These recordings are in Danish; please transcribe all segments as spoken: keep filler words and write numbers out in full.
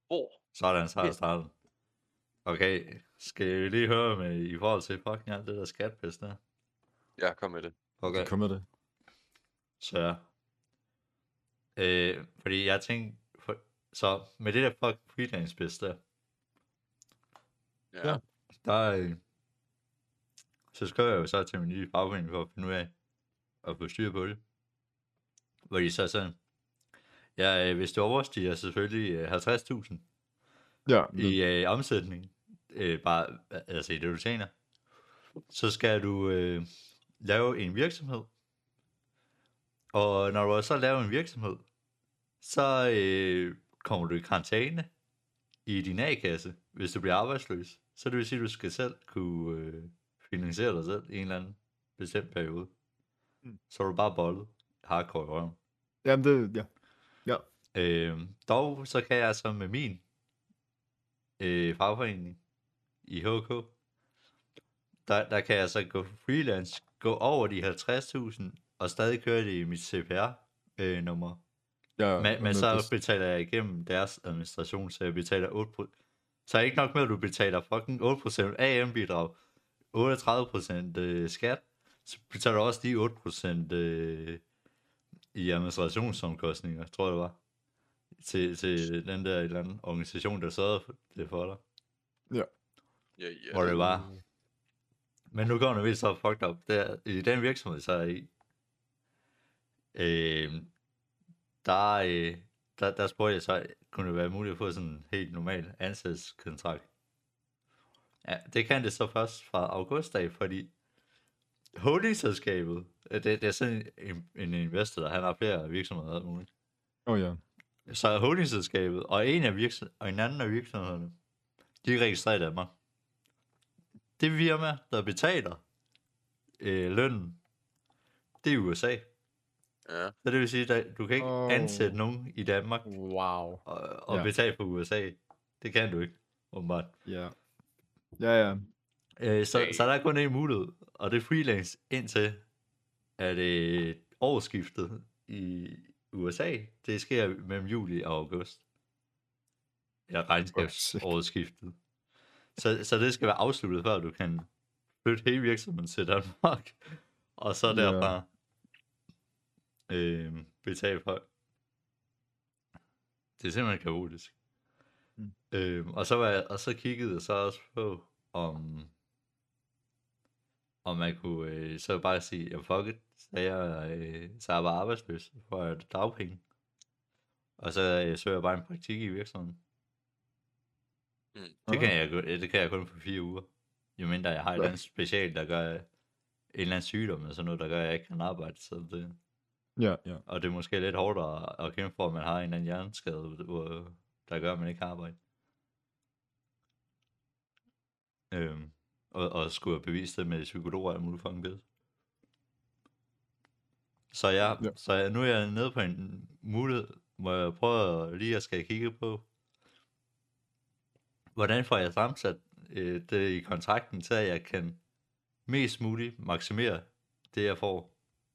Oh, Sådan, så er jeg startet. Okay, skal vi lige høre med i forhold til fucking alt det der skatpis der? ja, kom med det. Okay, Kom med det. så øh, fordi jeg tænkte, for, så med det der fucking freelance-pis der, Ja. Ja. der øh, så skriver jeg jo så til min nye fagforening for at finde ud af at få styr på det. Hvor de så sådan, ja, øh, hvis du overstiger selvfølgelig øh, halvtreds tusind Ja, i øh, omsætning, øh, bare altså i det du tjener, så skal du øh, lave en virksomhed. Og når du så laver en virksomhed, så øh, kommer du i karantæne i din A-kasse, hvis du bliver arbejdsløs. Så det vil sige, at du skal selv kunne øh, finansiere dig selv i en eller anden bestemt periode. Mm. Så er du bare bollet hardcore i røven. jamen det, ja. Ja. Øh, dog så kan jeg så med min øh, fagforening i H K, der, der kan jeg så gå freelance, gå over de halvtreds tusind og stadig køre det i mit C P R-nummer. ja Men, men så betaler jeg igennem deres administration, så jeg betaler otte procent. Så er ikke nok med, at du betaler fucking otte procent A M-bidrag, otteogtredive procent øh, skat, så betaler du også de otte procent øh, i administrationsomkostninger, tror jeg det var, til, til den der eller anden organisation, der sørgede for det for dig. Ja, ja. Hvor det var. Men nu går det så fucked up. Der, i den virksomhed, så er jeg i, øh, der, øh, der, der spurgte jeg så, kunne det være muligt at få sådan en helt normal ansættelseskontrakt. Ja, det kan det så først fra august af, fordi holdingselskabet, det, det er sådan en, en investor, der han har flere virksomheder og alt muligt. Åh oh, ja. Så holdingselskabet og en, af virksom- og en anden af virksomhederne, de er registreret i Danmark. Det firma, der betaler øh, lønnen, det er U S A. Ja. Så det vil sige, at du kan ikke Oh. ansætte nogen i Danmark Wow. og, og Ja. betale for U S A. Det kan du ikke, åbenbart. Ja. Ja, ja. Øh, så, Hey. så der er kun en mulighed, og det er freelance indtil at øh, årsskiftet i U S A, det sker mellem juli og august. Eller regnskabsårsskiftet. Så, så det skal være afsluttet, før du kan flytte hele virksomheden til Danmark, og så Ja. derfra øh, betale folk. Det er simpelthen kaotisk. Mm. Øh, og, så var jeg, og så kiggede jeg så også på, om, om man kunne øh, så bare sige, ja fuck it, så jeg, øh, så jeg var arbejdsløs for at dagpenge. Og så øh, søger jeg bare en praktik i virksomheden. Mm. Det kan, jeg, gå- det kan jeg kun for fire uger. Jo mindre jeg har et eller andet special, der gør en eller anden sygdom, eller sådan noget, der gør, at jeg ikke kan arbejde. Så det, Ja, ja. og det er måske lidt hårdt at, at kæmpe for, at man har en eller anden hjerneskade, hvor, der gør, at man ikke kan arbejde. Øhm, og, og skulle have bevist det med psykologer og muligt fucking bedst. Så, jeg, Ja. så jeg, nu er jeg nede på en mulighed, hvor jeg prøver lige at skal kigge på, hvordan får jeg sammensat øh, det i kontrakten, til at jeg kan mest muligt maksimere det, jeg får.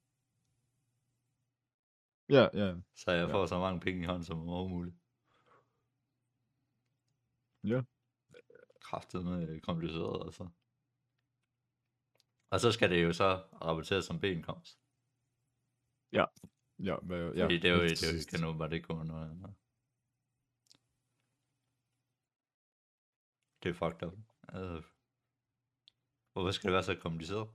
Ja, ja. Så jeg Ja. får så mange penge i hånden som overhovedet muligt. Ja. Kraftedeme kompliceret, altså. Og så skal det jo så rapporteres som B-indkomst. Ja, hvad, ja. Fordi det er jo, det er jo ikke noget, bare det går noget andet. Det er fucked up. Altså, hvorfor skal det være så kompliceret?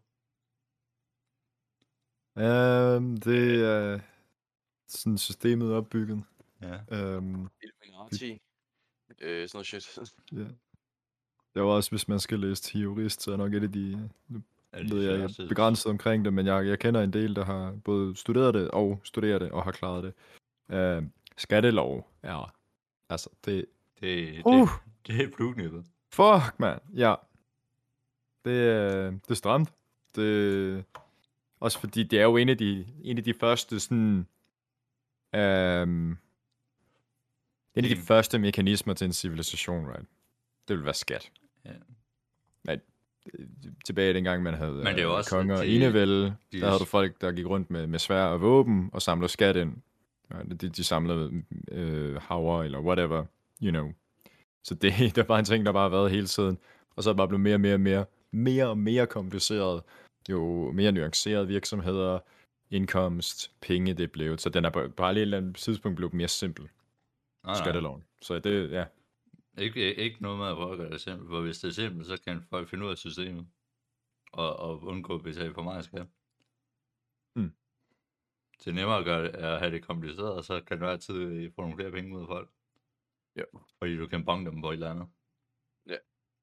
Øhm, det er sådan systemet er opbygget. Ja. Øhm, Illuminati. Øh, sådan noget shit. ja. Det var også, hvis man skal læse til jurist, så er nok et af de, nu Er det ved jeg, jeg færreste- er begrænset omkring det, men jeg, jeg kender en del, der har både studeret det og studeret det og har klaret det. Øh, skattelov er, altså det, Det, det, uh, det er blodnippet. fuck man, ja. Det, er- det er stramt. Det, også fordi det er jo en af de, en af de første sådan, øhm, en af de Mm. første mekanismer til en civilisation, right? Det vil være skat. Ja. Men øh, tilbage dengang, man havde Men det er jo øh, også, konger at og de- enevælde, de- der havde du folk, der gik rundt med, med svær og våben og samlede skat ind. Ja, de, de samlede øh, havre eller whatever, you know, Så det, det er bare en ting, der bare har været hele tiden. Og så er det bare blevet mere og mere og mere, mere og mere kompliceret. Jo mere nuanceret virksomheder, indkomst, penge det er blevet. Så den er på bare lige et eller andet tidspunkt blevet mere simpel. Nej, nej. Skatteloven. Så det, ja. Ikke, ikke noget med at prøve at gøre det simpelt, for hvis det er simpelt, så kan folk finde ud af systemet, og, og undgå at betale for meget skat. Mm. Det er nemmere at, gøre det, at have det kompliceret, og så kan du altid få nogle flere penge ud af folk. Ja. Fordi du kan banke dem på et eller andet. Ja.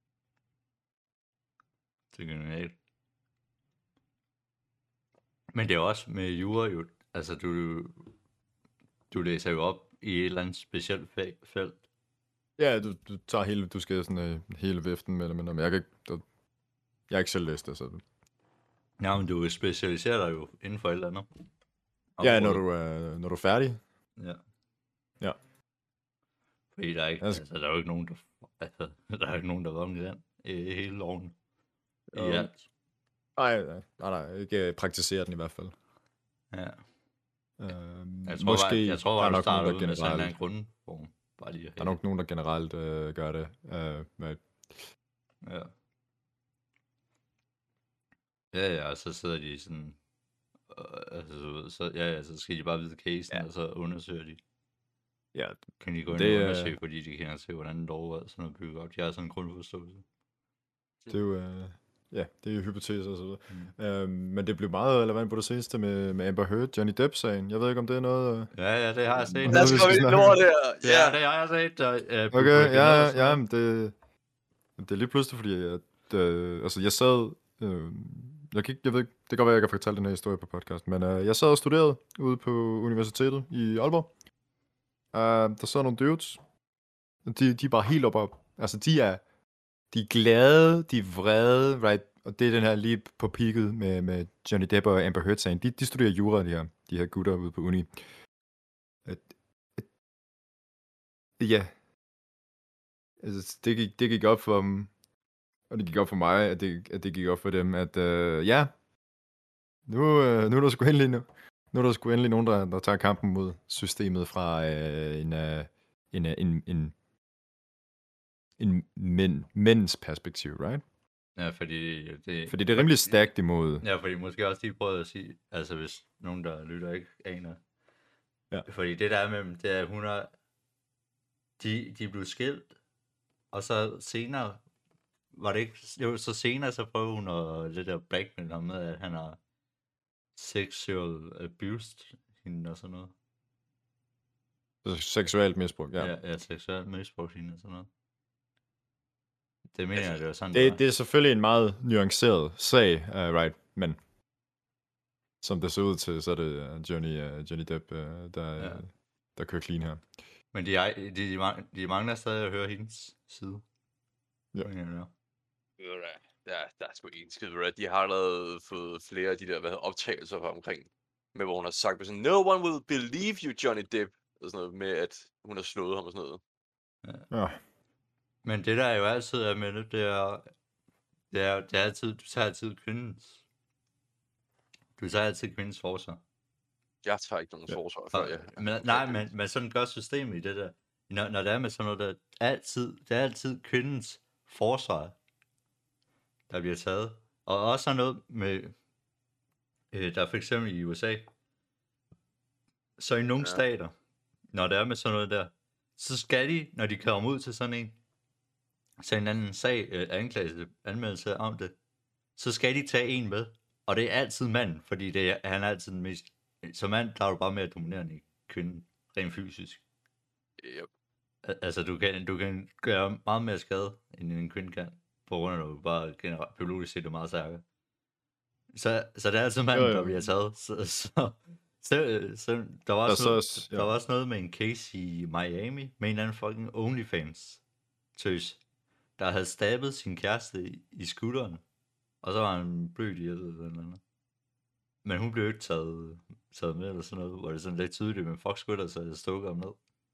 Det er genialt. Men det er også med jura jo, altså du, du læser jo op i et eller andet specielt fag, felt. Ja, du, du tager hele, du skal sådan uh, hele viften med det, men jeg kan ikke, du, jeg har ikke selv læst det, så... Ja, men du specialiserer dig jo inden for et eller andet. Ja, når du, er, når du er færdig. Ja. Ja. Fordi der er ikke, Altså- altså, der er jo ikke nogen, der, altså, der er ikke nogen, der var om i den, i hele loven. I Jo. alt. Nej, nej, nej, nej, ikke praktisere den i hvert fald. Ja. Øhm, Jeg tror måske, bare, jeg tror der bare, er du nok starter nogen, ud der med sådan en generelt, grundform. Bare lige at der er nok nogen, der generelt øh, gør det. Øh, med, Ja. Ja, ja, og så sidder de sådan, øh, altså, du ved, så, ja, ja, så skal de bare vide casen, Ja. ja. Og så undersøger de. ja, Kan de gå ind Det, og øh, undersøge, fordi de kender til, hvordan en lov er sådan noget bygget op. De har sådan en grundforståelse. det er jo, øh, ja, det er jo hypoteser og så videre. Mm. Øhm, men det blev meget relevant på det seneste med, med Amber Heard, Johnny Depp-sagen. Jeg ved ikke, om det er noget... Øh... Ja, ja, det har jeg set. Noget, Lad os vi komme skal ind i snakke lort her. Ja, Ja. det har jeg set. Og, uh, Okay, ja, ja, men det, det er lige pludselig, fordi at, øh, altså jeg sad, øh, jeg, kan ikke, jeg ved ikke, det kan godt være, jeg kan fortælle den her historie på podcast, men øh, jeg sad og studerede ude på universitetet i Aalborg. Uh, der sad nogle dudes, de, de er bare helt oppe op, altså de er, de er glade, de er vrede, right, og det er den her lige på peaket med, med Johnny Depp og Amber Heard-sagen. De, de studerer jura, de her, de her gutter ude på uni. At, at, ja, altså, det gik, det gik op for dem, og det gik op for mig, at det, at det gik op for dem, at øh, ja, nu, øh, nu er der sgu endelig, nu, nu er der sgu endelig nogen, der, der tager kampen mod systemet fra øh, en, øh, en, øh, en, en, en mænd, mænds perspektiv, right? Ja, fordi det... Fordi det er rimelig stærkt imod... Ja, fordi måske også de prøvede at sige, altså hvis nogen, der lytter, ikke aner. Ja. Fordi det der er med dem, det er, at hun er, de, de blev skilt, og så senere, var det ikke, jo, så senere så prøvede hun at lidt at blackmail ham med, at han har sexual abused hende og sådan noget. Seksuelt misbrug, ja. Ja, ja, ja seksuelt misbrug hende og sådan noget. Det mener jeg, det var sådan, Det, var. det er selvfølgelig en meget nuanceret sag, uh, right, men som det ser ud til, så er det uh, Johnny, uh, Johnny Depp, uh, der, Ja. uh, der kører clean her. Men de, er, de, de, mang- de mangler stadig at høre hendes side. Ja. Mener jeg. Ved du hvad, Der, der er sgu ikke en skid, ved du hvad. De har allerede fået flere af de der hvad hedder, optagelser fra omkring, med hvor hun har sagt sådan, no one will believe you, Johnny Depp, og sådan noget med, at hun har slået ham og sådan noget. Ja, Men det der er jo altid er med det, det er, det er, det er altid, du tager altid kvindens. Du tager altid kvindens forsvar. Jeg tager ikke nogen Ja. forsvar for, Og, ja. men, nej, men, men sådan et godt system i det der. Når, når det er med sådan noget, der altid, det er altid kvindens forsvar, der bliver taget. Og også sådan noget med, øh, der er for eksempel i U S A, så i nogle Ja. ja. stater, når det er med sådan noget der, så skal de, når de kommer ud til sådan en, så en anden sag, øh, anklagelse, anmeldelse om det, så skal de tage en med. Og det er altid manden, fordi det er, han er altid den mest... Som mand, der er du bare mere dominerende i kvinden, rent fysisk. Yep. Al- Altså, du kan, du kan gøre meget mere skade, end en kvinde kan, på grund af, at du bare generelt biologisk set er meget stærkere. Så, så det er altid manden, Jo, jo. der bliver taget. Så, så, så, så der, var Der er også så noget, også- ja. der var også noget med en case i Miami, med en eller anden fucking OnlyFans-tøs, der havde stabet sin kæreste i, i skulderen, og så var han blødt ihjel eller noget andet. Men hun blev ikke taget, taget med eller sådan noget, hvor det er sådan lidt tydeligt, men fuck skytter sig, jeg stukker ham ned.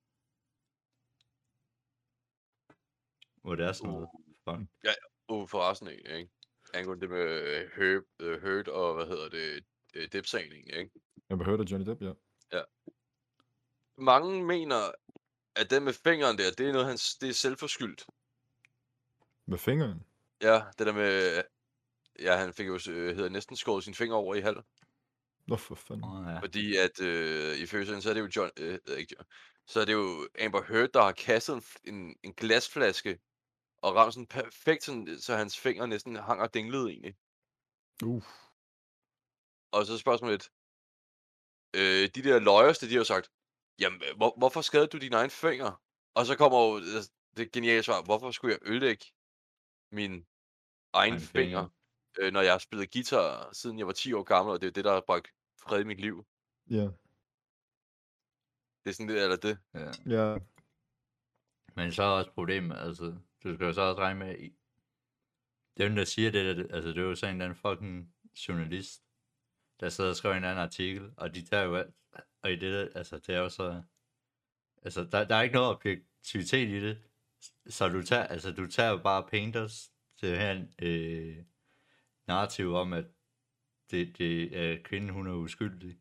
Hvor det er sådan noget. Fuck. Uh, forresten ikke, ikke? Angående det med øh, Herb, øh, Heard og, hvad hedder det, øh, Depp-sagen, ikke? jeg har hørt af Johnny Depp, ja. Mange mener, at den med fingeren der, det er noget, han, det er selvforskyldt. Med fingeren? Ja, det der med, ja, han fik jo, øh, hedder næsten skåret sin finger over i halv. Nå, for fanden. Åh, ja. Fordi at øh, i følelsen, så er det jo John, øh, øh, ikke John, så er det jo Amber Heard, der har kastet en, f- en, en glasflaske og ramt sådan perfekt, sådan, så hans fingre næsten hang og dinglede egentlig. Uh. Og så er spørgsmålet lidt, øh, de der lawyers, de har jo sagt, jamen, hvor, hvorfor skadede du dine egne fingre? Og så kommer jo det, det geniale svar, hvorfor skulle jeg ødelægge min egen Egen finger, øh, når jeg har spillet guitar, siden jeg var ti år gammel, og det er jo det, der har bragt fred i mit liv. Ja. Det er sådan det, eller det. Ja. Ja. Men så er også problemet, altså, du skal jo så også regne med, i- dem der siger det, der, altså det er jo sådan en eller anden fucking journalist, der sidder og skriver en anden artikel, og de tager jo alt, og i det der, altså det er jo så, altså der, der er ikke noget objektivitet i det, så du tager, altså du tager jo bare painters til at have en øh, narrativ om, at det, det er kvinden, hun er uskyldig.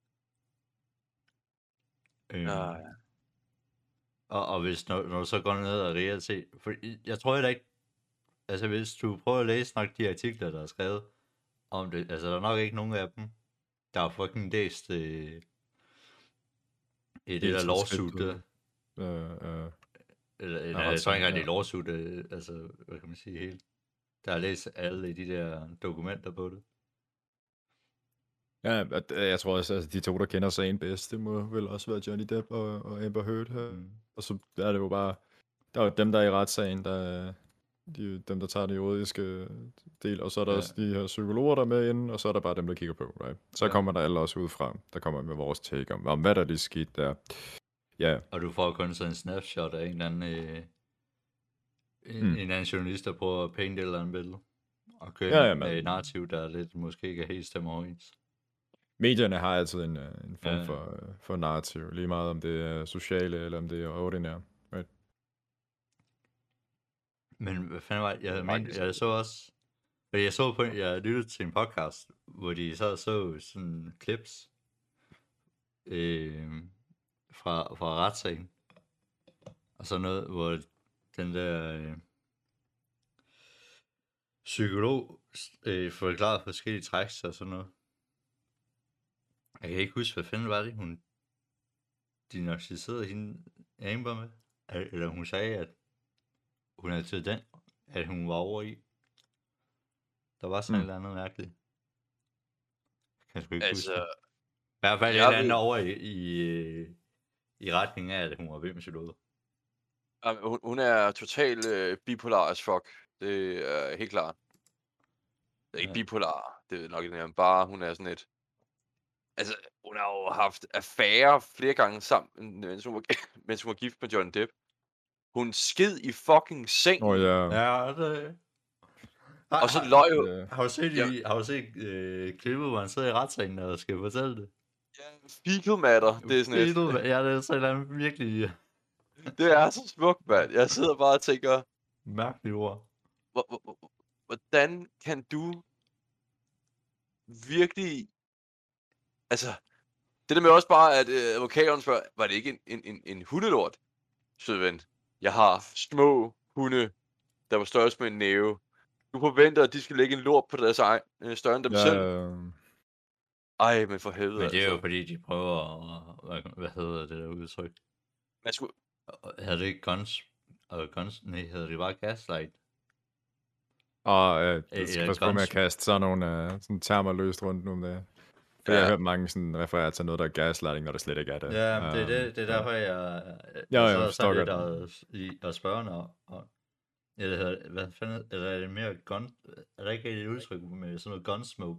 Øhm, Ja, Og, og hvis når, når du så går ned og reelt set, for jeg tror heller ikke, altså hvis du prøver at læse nok de artikler, der er skrevet om det, altså der er nok ikke nogen af dem, der har fucking læst øh, i det der Helt lawsuit transkriptet. der, Øh, øh. eller, eller Ja, jeg tror ikke engang ja. det er lawsuit, øh, altså hvad kan man sige helt, der har læst alle de der dokumenter på det. Ja, at- øh, jeg tror også, at de to, der kender sagen bedst, det må vel også være Johnny Depp og, og Amber Heard her. Mm. Og så er det jo bare, der er jo dem, der er i retssagen, der er de, er jo dem, der tager den juridiske del, og så er der Ja. ja. også de her psykologer, der er med inde, og så er der bare dem, der kigger på, right? Så Ja. ja. kommer der alle også ud fra, der kommer med vores take om, om hvad der lige skete der. Ja, Og du får kun sådan en snapshot af en eller anden, øh, en, Mm. en eller anden journalist, der prøver at painte et eller andet billede. Og køre Ja, ja, ja, med men- et narrativ, der lidt måske ikke er helt stemmer overens. medierne har altid en, øh, en form Ja. ja. for, øh, for narrativ, lige meget om det er sociale, eller om det er ordinære. Right? Men hvad fanden var det? Jeg, Det men, faktisk- jeg så også... Fordi jeg så på, jeg lyttede til en podcast, hvor de så så sådan clips øh, fra, fra retssagen. Og så noget, hvor den der øh, psykolog øh, forklarede forskellige træks og sådan noget. Jeg kan ikke huske, hvad fanden var det, hun diagnostiserede hende Amber med. Eller hun sagde, at hun havde til den, at hun var over i. Der var sådan Mm. mm. et eller andet mærkeligt. Kan jeg sgu ikke altså, huske det. I hvert fald et jeg eller andet ved- over i, i, øh, i retning af, at hun var vild med psykologer. Jamen, hun, hun er totalt øh, bipolar as fuck. Det er helt klart. Det er ikke Ja. bipolar, det er nok ikke mere, bare hun er sådan et... Altså, hun har jo haft affære flere gange sammen, mens hun var, mens hun var gift med Johnny Depp. Hun skid i fucking sengen, Åh oh, ja. Ja, det... Har, og så har, løg jo... ja. har du set, Ja. i, har du set øh, klippet, hvor han sidder i retssagen og skal fortælle det? Ja, fecal matter, det er sådan et... Fetal- Ja, det er sådan et eller andet virkelig Det er så smukt, mand. Jeg sidder bare og tænker, mærkeligt ord. hvor- hvor- hvor- hvordan kan du virkelig... Altså, det der med også bare, at øh, advokaten spørger, var det ikke en, en, en, en hundelort, søde ven? Jeg har små hunde, der var størrelse med en næve. Du forventer, at de skal lægge en lort på deres egen, øh, større end dem Ja, selv. øh, Ej, men for helvede, Men det er jo altså. fordi, de prøver at... Hvad, hvad hedder det der udtryk? Man skulle... Hedder det ikke guns? Og guns? Nej, hedder det bare gaslight? og øh, Øh, det skal ja, passe på med at guns- kaste sådan nogle øh, sådan termer løst rundt nu om det. For Ja. jeg har hørt mange sådan referere til noget, der er gaslighting, når det slet ikke er det. Ja, det er Øhm, det, det er derfor, jeg, jeg, Ja, jeg ja, så forstår sådan lidt godt. og, i, og spørge og, og ja, det hedder, hvad fanden, eller er det mere gun, er der ikke et udtryk med sådan noget gunsmoke?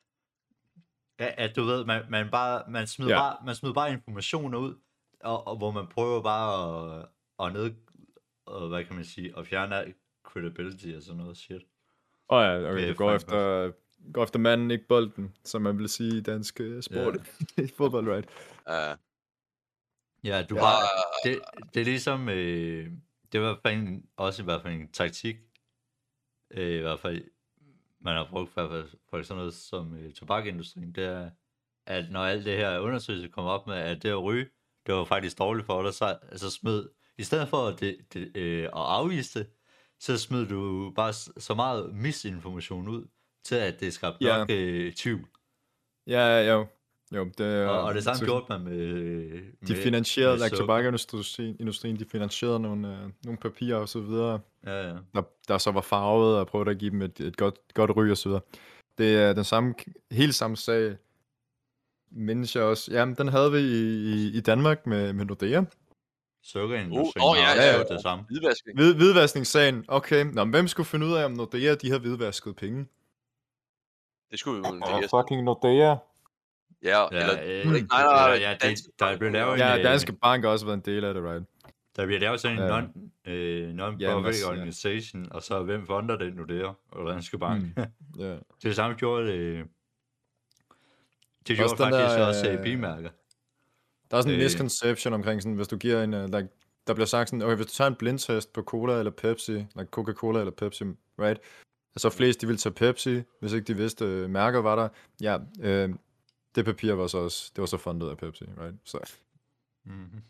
Ja, at du ved, man, man bare, man smider, Ja. bare, man smider bare informationer ud, og, og hvor man prøver bare at, at ned, og hvad kan man sige, at fjerne al credibility og sådan noget shit. Åh oh, ja, okay, Det er du går fandme efter, går efter manden, ikke bolden, som man vil sige i dansk øh, sport. Ja. I fodbold, right? Ja, Ja, du Ja. bare, det, det er ligesom, øh, det var i hvert fald en, også i hvert fald en taktik, øh, i hvert fald, man har brugt i hvert fald for sådan noget som øh, tobakindustrien, det er, at når alt det her undersøgelse kommer op med, at det at ryge, det var faktisk dårligt for dig, så altså smed, i stedet for at, det, det, øh, at afvise det, så smed du bare s- så meget misinformation ud, til at det skabte Ja. nok øh, tvivl. Ja, jo. Jo, det er... Og, og det samme så- gjorde man med... De med- finansierede, med like sukker. tobakindustrien, industrien, de finansierede nogle, øh, nogle papirer og så videre, Ja, ja. der, der så var farvet, og prøvede at give dem et, et godt, godt ry og så videre. Det er den samme, helt samme sag, mindes jeg også. Jamen, den havde vi i, i, i Danmark med, med Nordea. Sukkerindustrien Uh, åh, ja, har ja, også ja. gjort det samme. Hvidvaskning. Hvid, hvidvaskningssagen, okay. Nå, men hvem skulle finde ud af, om Nordea, de havde hvidvasket penge? Det skulle vi jo en Åh, oh, fucking Nordea. Ja, Ja, eller... øh, Nej, nej, nej, eller, ja, det, Danske der Bank, blev lavet en, Ja, øh, Danske Bank har også været en del af det, right? der bliver lavet sådan en Ja. non, øh, non-profit Jamen, altså, ja. organisation, og så hvem fonder den nu der, og Danske Bank. Mm. Ja. Det samme gjorde det, det Også gjorde den faktisk der, også øh, øh, bilmærker. Der er sådan en Øh. misconception omkring sådan, hvis du giver en, uh, like, der bliver sagt sådan, okay, hvis du tager en blindtest på cola eller Pepsi, like Coca-Cola eller Pepsi, right? Så flest, de ville tage Pepsi, hvis ikke de vidste, uh, mærket var der. Ja, øh, det papir var så også, det var så fundet af Pepsi, right? Så, Mm-hmm.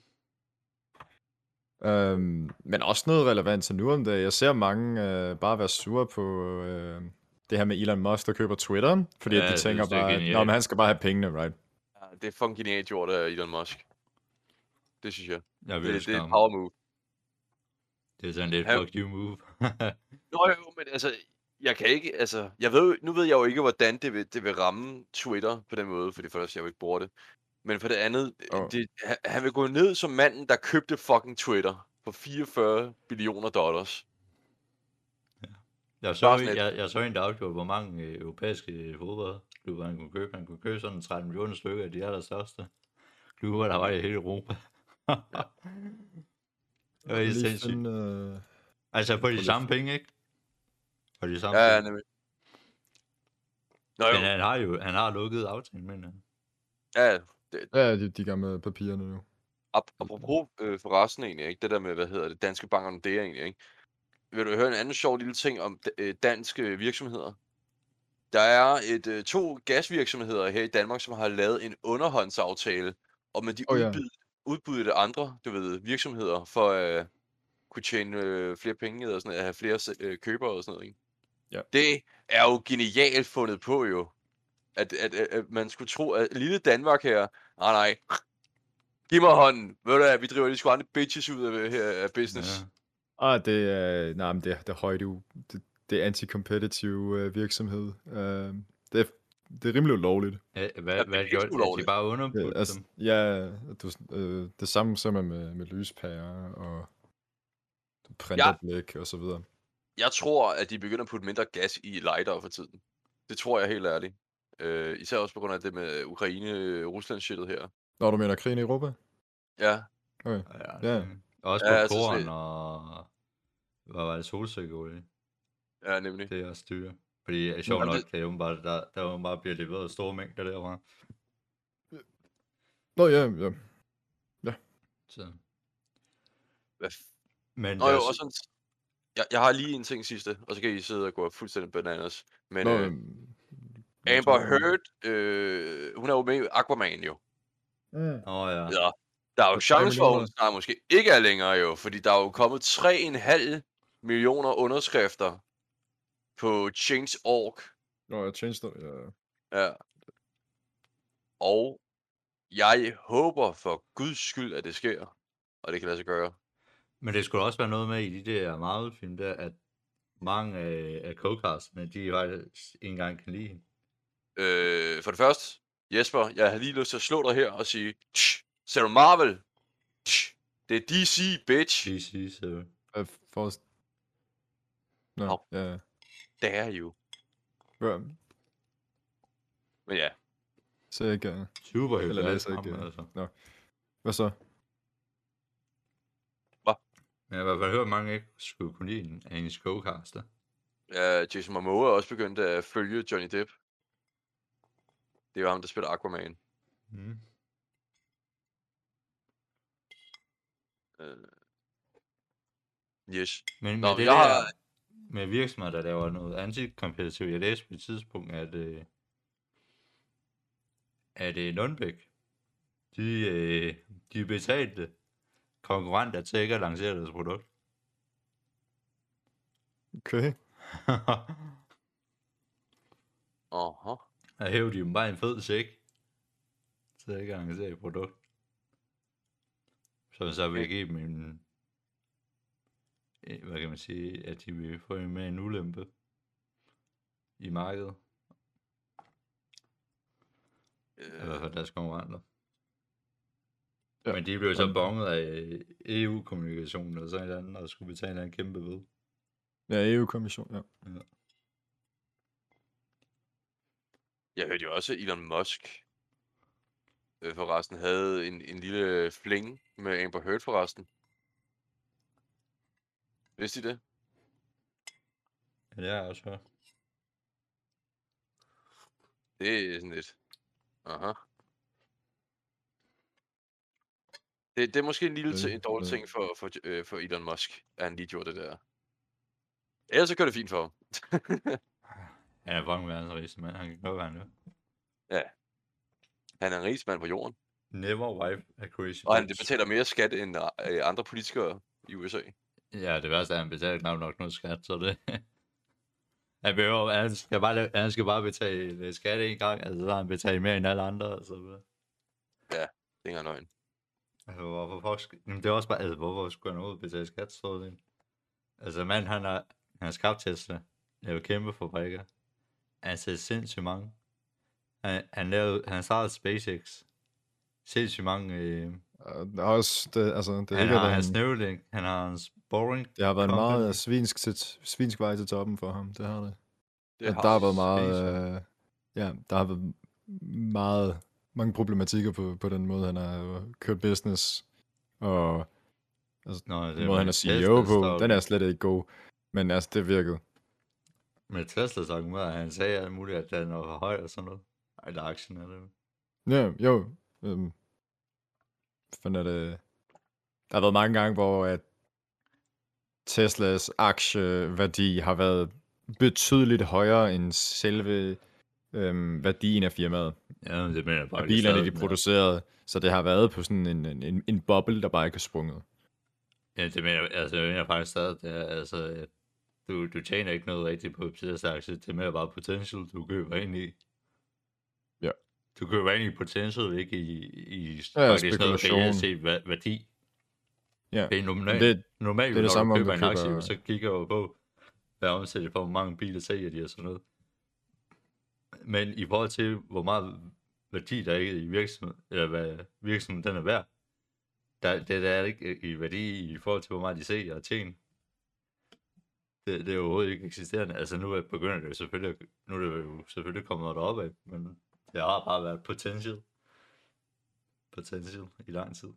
øhm, men også noget relevant til nu om dagen. Jeg ser mange øh, bare være sure på øh, det her med Elon Musk, der køber Twitter, fordi Ja, at de det tænker synes jeg er bare, genialt. nå, men han skal bare have pengene, right? Ja, det er fucking genialt gjort af Elon Musk. Det synes jeg. Jeg Det, vil det er skam. et power move. Det er sådan lidt Han- fuck you move. Nå jo, men altså, jeg kan ikke, altså, jeg ved, nu ved jeg jo ikke, hvordan det vil, det vil ramme Twitter på den måde, for det første, jeg jo ikke bruger det. Men for det andet, Åh. det, han, han vil gå ned som manden, der købte fucking Twitter for fireogfyrre billioner dollars. Jeg så, Bare sådan et- jeg, jeg så en, der afgjorde, hvor mange øh, europæiske fodboldklubber han kunne købe. Han kunne købe sådan tretten millioner stykker af de allerstørste klubber, der var i hele Europa. Det var helt Lige sindssygt. finde, øh, Altså for de lidt- samme penge, ikke? For de samme Ja, ja, penge. nemlig. Nå jo, Men han har jo han har lukket aftalen, men øh, ja, ja, de, de gamle papirerne nu. ap- apropos øh, forresten egentlig, ikke? Det der med, hvad hedder det, Danske Bank og Nordea egentlig, ikke? Vil du høre en anden sjov lille ting om da- øh, danske virksomheder? Der er et øh, to gasvirksomheder her i Danmark, som har lavet en underhåndsaftale, og med de Åh, ja. udbud, udbudte andre, du ved, virksomheder, for at øh, kunne tjene øh, flere penge, og sådan noget, at have flere se- øh, købere og sådan noget, ikke? Ja. Det er jo genialt fundet på jo. At, at, at, at man skulle tro, at lille Danmark her, nej nej, giv mig hånden, ved du hvad, vi driver lige sgu andre bitches ud af, her, af business. ja. Ah, det er, nej, men det, er- det er højt u, det, det er anti-competitive øh, virksomhed. Øh, det, er, det er rimelig ulovligt. Ja, hvad, Ja, hvad det er gjorde ikke de? De ulovligt. bare Ja, underbudt altså, dem? ja du, øh, det samme som med, med lyspærer og printerblæk og så videre. Jeg tror, at de begynder at putte mindre gas i lighter for tiden. Det tror jeg helt ærligt. Øh, især også på grund af det med Ukraine-Rusland-shittet her. Når du mener krigen i Europa? Ja, Okay. Ja, Ja. det- Også Ja, på altså, korn så- og... Hvad var det? Solsikkeolie. ja nemlig. Det er også dyre. Fordi øh, sjovt Jamen, nok, kan jo bare, der, der jo bare bliver leveret store mængder derfra. Nå ja, ja. Så. Hvad f- Men Nå jeg, jo, og sådan... Jeg, jeg har lige en ting sidste, og så kan I sidde og gå fuldstændig bananas. Men Nå, øh, øhm, Amber Heard, øh, hun er jo med i Aquaman jo. Mm. Åh ja. Ja. Der er jo For tre chance for, at hun millioner. snart måske ikke er længere jo, fordi der er jo kommet tre komma fem millioner underskrifter på change punktum org. Nå, jeg changed det. Ja. Ja. Og jeg håber for guds skyld, at det sker, og det kan lade sig gøre. Men det skulle også være noget med i de der Marvel-film der, at mange af, af co-casterne, de jo faktisk ikke engang kan lide hende. Øh, for det første, Jesper, jeg har lige lyst til at slå dig her og sige, "Tsh, ser du Marvel? Tsh, det er D C, bitch. D C, så... Hvad for... Nå, Hov. ja. Det er jo. Ja. Men ja, Så jeg ikke... øh, Superhelte Eller alle læser ikke, sammen, øh. altså. Hvad så? Men jeg har i hvert fald hørt, at mange ikke skulle kunne lide hende af hendes co-caster. ja, Jason Momoa er også begyndt at følge Johnny Depp. Det er jo ham, der spiller Aquaman. Mm. Øh. Yes. Men Nå, med det jeg der, har... med virksomheder, der laver noget anti-kompetitivt, jeg læste på et tidspunkt, at, øh, at øh, Lundbæk, De, øh, de betalte konkurrenter til ikke at lancere deres produkt. Okay. Aha. Der hævde de dem bare en fed check til ikke at lancere et produkt. Så så vil jeg give dem en, hvad kan man sige, at de vil få en med en ulempe i markedet. I hvert fald deres konkurrenter. Ja, men de blev så bonget af E U-kommunikationen og sådan et andet, og skulle betale en kæmpe ved. Ja, E U-kommission, ja. ja. Jeg hørte jo også, at Elon Musk øh, forresten havde en, en lille fling med Amber Heard forresten. Vidste I det? Ja, det har jeg også hørt. Det er sådan lidt... Aha. Det, det er måske en lille Øh, en dårlig øh. ting for, for, øh, for Elon Musk, at han lige gjorde det der. Ellers så gør det fint for ham. Han er fucking verdens rigeste mand. Han kan godt være nu. Ja. Han er en rigest mand på jorden. Never wife a crazy Og han bitch. betaler mere skat end øh, andre politikere i U S A. Ja, det værste er, at han betaler knap nok noget skat, så det... han, behøver, han, skal bare, han skal bare betale skat en gang, altså så har han betalt mere end alle andre, altså... Ja, det er ikke nøgen. Altså, hvorfor fuck skal... Jamen, det er også bare, altså, hvorfor skulle han ud og betale skat, så det? Altså, mand, han har, han har skabt Tesla, lavet kæmpe fabrikker, han har sat sindssygt mange. Han, han, lavede, han startede SpaceX, sindssygt mange... Øh... Der er også, det, altså, det Han ikke, har at hans han, Neuralink, han har hans Boring. det har været en Company. meget svinsk, til, svinsk vej til toppen for ham, det har det. Det Ja, har der har han. været meget, spiser. øh, ja, der har været meget, mange problematikker på, på den måde, han har kørt business, og altså, Nå, den det måde, han er med C E O Tesla på, står- den er slet ikke god, men altså, det virkede. Med Teslas argument, han sagde alt muligt, at den var for høj og sådan noget. Ej, der er aktien er det. Ja, jo, øhm, fanden er det, der har været mange gange, hvor at Teslas aktieværdi har været betydeligt højere end selve øhm, værdien af firmaet. Ja, men det mener jeg bare Og bilerne, de producerede, så det har været på sådan en, en, en, en boble, der bare ikke er sprunget. Ja, det mener jeg, altså, jeg mener faktisk stadig, det er, altså, at du, du tjener ikke noget rigtigt på Teslas aktie, det er mere bare potential, du køber ind i. Ja. Du køber ind i potential, ikke i, i Ja, faktisk noget spekulation. reelt set væ- værdi. Ja, Det er normalt, det, normalt det er det når samme, du om køber du en aktie, køber- så kigger du på, hvad omsætter for, hvor mange biler sælger de og sådan noget. Men i forhold til, hvor meget værdi der er i virksomheden, eller hvad virksomheden den er værd, der, det der er ikke i værdi i forhold til, hvor meget de sælger og tjener. Det, det er overhovedet ikke eksisterende. Altså nu er- begynder det jo selvfølgelig, nu er det jo selvfølgelig kommet derop af, men det har bare været potential. Potential i lang tid.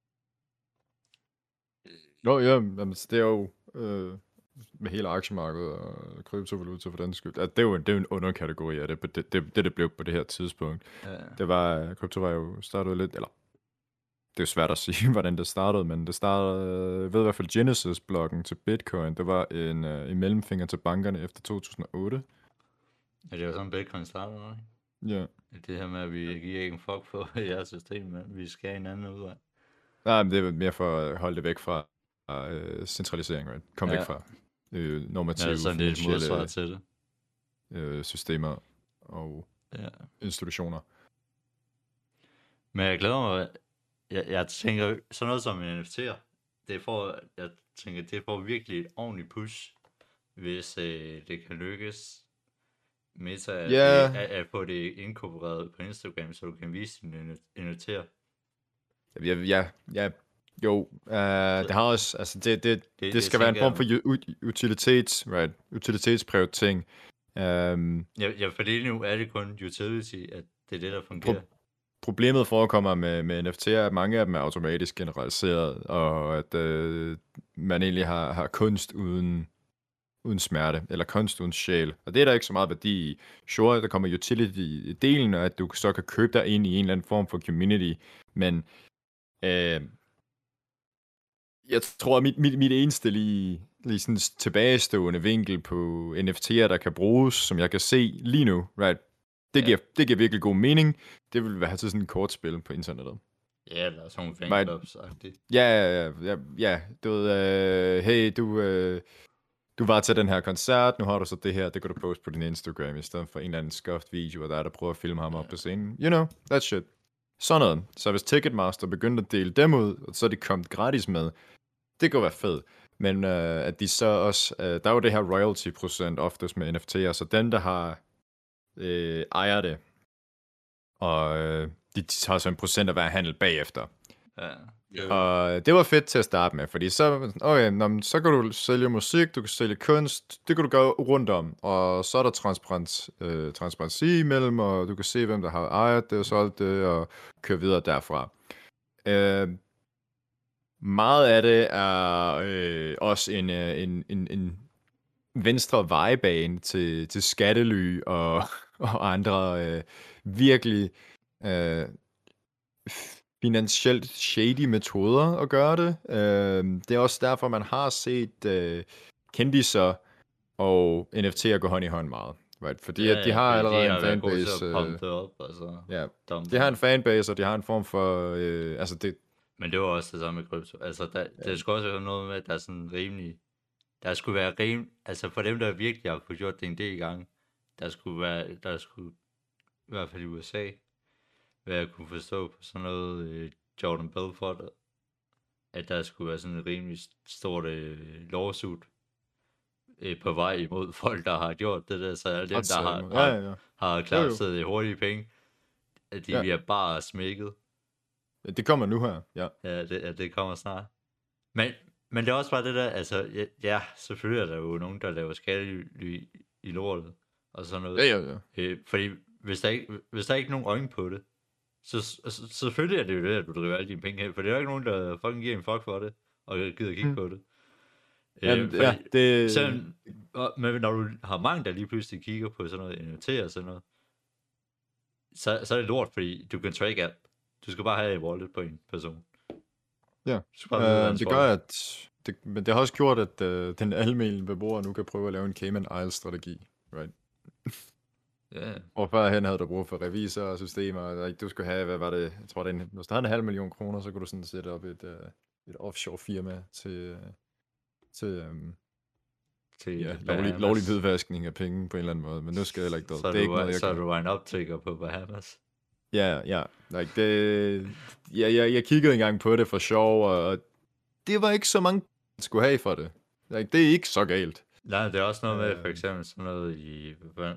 jo, ja, jamen, det er jo øh, med hele aktiemarkedet og kryptovaluta for den skyld. Altså, det er jo, det er jo en underkategori af det, det, det, det, det blev på det her tidspunkt. Ja. Det var, krypto var jo startet lidt, eller det er jo svært at sige, hvordan det startede, men det startede, jeg ved i hvert fald Genesis-bloggen til Bitcoin, det var en, uh, en mellemfinger til bankerne efter to tusind og otte. Ja, det var sådan, Bitcoin startede, ikke? Ja. Det her med, at vi giver ikke en fuck på jeres system, men vi skal en anden ud af. Nej, men det er mere for at holde det væk fra uh, centralisering, right? Kom Ja. væk fra uh, normative Ja, sådan lidt modsvar finansielle til det. uh, systemer og Ja. institutioner. Men jeg glæder mig, jeg, jeg tænker, sådan noget som en N F T'er, det er for, jeg tænker, det er for virkelig et ordentligt push, hvis øh, det kan lykkes Meta at, Ja. at, at få det inkorporeret på Instagram, så du kan vise dine N F T'er. Ja, ja, ja jo, uh, det har også, altså det, det, det, det det skal være en tænker form for u- utilitets, right? Utilitetspreget ting. Um, Ja, ja, for lige nu er det kun utility, at det er det, der fungerer. Problemet forekommer med, med N F T'er, at mange af dem er automatisk generaliseret, og at øh, man egentlig har, har kunst uden, uden smerte, eller kunst uden sjæl. Og det er der ikke så meget værdi i. Sure, der kommer utility-delen, og at du så kan købe dig ind i en eller anden form for community, men øh, jeg tror, at mit, mit, mit eneste lige, lige sådan tilbagestående vinkel på N F T'er, der kan bruges, som jeg kan se lige nu, right? Det Ja. giver, det giver virkelig god mening. Det vil være til sådan et kortspil på internettet. Ja, eller sådan nogle Nej. fanclubs-agtigt. Ja, ja, ja, ja, ja, du ved, øh, hey, du, øh, du var til den her koncert, nu har du så det her, det kan du poste på din Instagram, i stedet for en eller anden scuffed video, og der er der prøver at filme ham op på scenen. You know, that shit. Sådan noget. Så hvis Ticketmaster begyndte at dele dem ud, og så er de kommet gratis med, det kunne være fedt. Men øh, at de så også, øh, der er jo det her royalty-procent oftest med N F T'er, så den, der har øh, ejer det, og øh, de tager så en procent af hver handel bagefter. Ja. Ja. Og det var fedt til at starte med, fordi så, okay, nå, men så kan du sælge musik, du kan sælge kunst, det kan du gøre rundt om, og så er der transparens, øh, transparency imellem, og du kan se, hvem der har ejet det og solgt det, og køre videre derfra. Øh, meget af det er øh, også en, øh, en, en, en venstre vejbane til, til skattely og, og andre øh, virkelig øh, finansielt shady metoder at gøre det. Øh, det er også derfor, man har set øh, kendiser og N F T'er gå hånd i hånd meget. Right? Fordi Ja, at de har fordi allerede de en har været gode til fanbase. at Øh, pumpe det op, altså. ja, Dumpe de har det. en fanbase, og de har en form for... Øh, altså det, Men det var også det samme med krypto. Altså, der, ja. der skulle også være noget med, at der er sådan rimelig... Der skulle være rim... Altså, for dem, der virkelig har fået gjort det en del gange, der skulle være... Der skulle, i hvert fald i U S A, hvad jeg kunne forstå på sådan noget øh, Jordan Belfort, at der skulle være sådan et rimelig stort øh, lawsuit øh, på vej imod folk, der har gjort det der. Så alle dem, der har, ja, har, ja, ja. har klapset hurtige penge, at de Ja. bliver bare smækket. Det kommer nu her, ja. Ja, det, ja, det kommer snart. Men, men det er også bare det der, altså, ja, ja selvfølgelig er der jo nogen, der laver skattely i, i lortet, og sådan noget. Ja, ja, ja. Øh, fordi hvis der, ikke, hvis der er ikke nogen øjne på det, så, så selvfølgelig er det jo det, at du driver alle dine penge hen, for det er jo ikke nogen, der fucking giver en fuck for det, og gider kigge Hmm. på det. Jamen, fordi, ja, det... Sådan, og- men når du har mange, der lige pludselig kigger på sådan noget, N F T og sådan noget, så, så er det lort, fordi du kan track alt. Du skal bare have et wallet på en person. Ja, Du skal bare vide, hvad øh, hans det wallet gør, at... Det, men det har også gjort, at øh, den almindelige beboer nu kan prøve at lave en Cayman Isles-strategi, right? Ja, Og førhen havde du brug for revisorer og systemer, og like, du skulle have, hvad var det, jeg tror, det er en, hvis du havde en halv million kroner, så kunne du sådan sætte op et, uh, et offshore firma til, uh, til um, til ja, Bahamas. lovlig, lovlig hvidvaskning af penge på en eller anden måde, men nu skal jeg heller ikke det. Så er Det er du, ikke noget, jeg så er kan. du en optækker på Bahamas. Ja, ja, like, det, ja jeg, jeg kiggede engang på det for sjov, og det var ikke så mange, man skulle have for det. Like, det er ikke så galt. Nej, det er også noget med, Øh. for eksempel sådan noget i... hvad-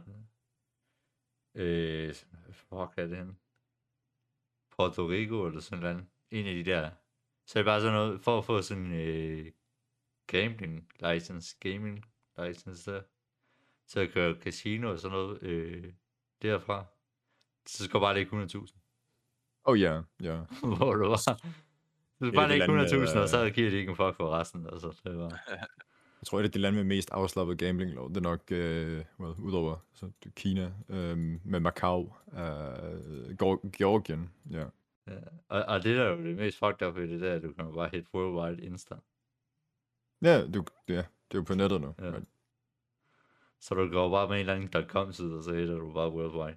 Øh, fuck er det henne? Puerto Rico eller sådan noget. En af de der. Så er det bare sådan noget, for at få sådan en øh, gambling license, gaming license der. Så jeg kører casino og sådan noget øh, derfra. Så skal du bare lægge hundrede tusind. Oh ja, ja. Hvor du var. Du skal Det er bare det lægge land med, hundrede tusind, og så øh, giver de ikke en fuck for resten. Altså, det var... Jeg tror, det er de lande med mest afslappet gambling-lov. Det er nok, øh, well, udover så det er Kina, øh, med Macau, øh, Geor- Georgien, ja. Ja. Og, og det der er jo det mest fucked up ved det der, at du kan jo bare hit worldwide instant. Ja, du, ja, det er jo på nettet nu. Ja. Right? Så du går bare med en eller anden .com-side, og så hitter du bare worldwide.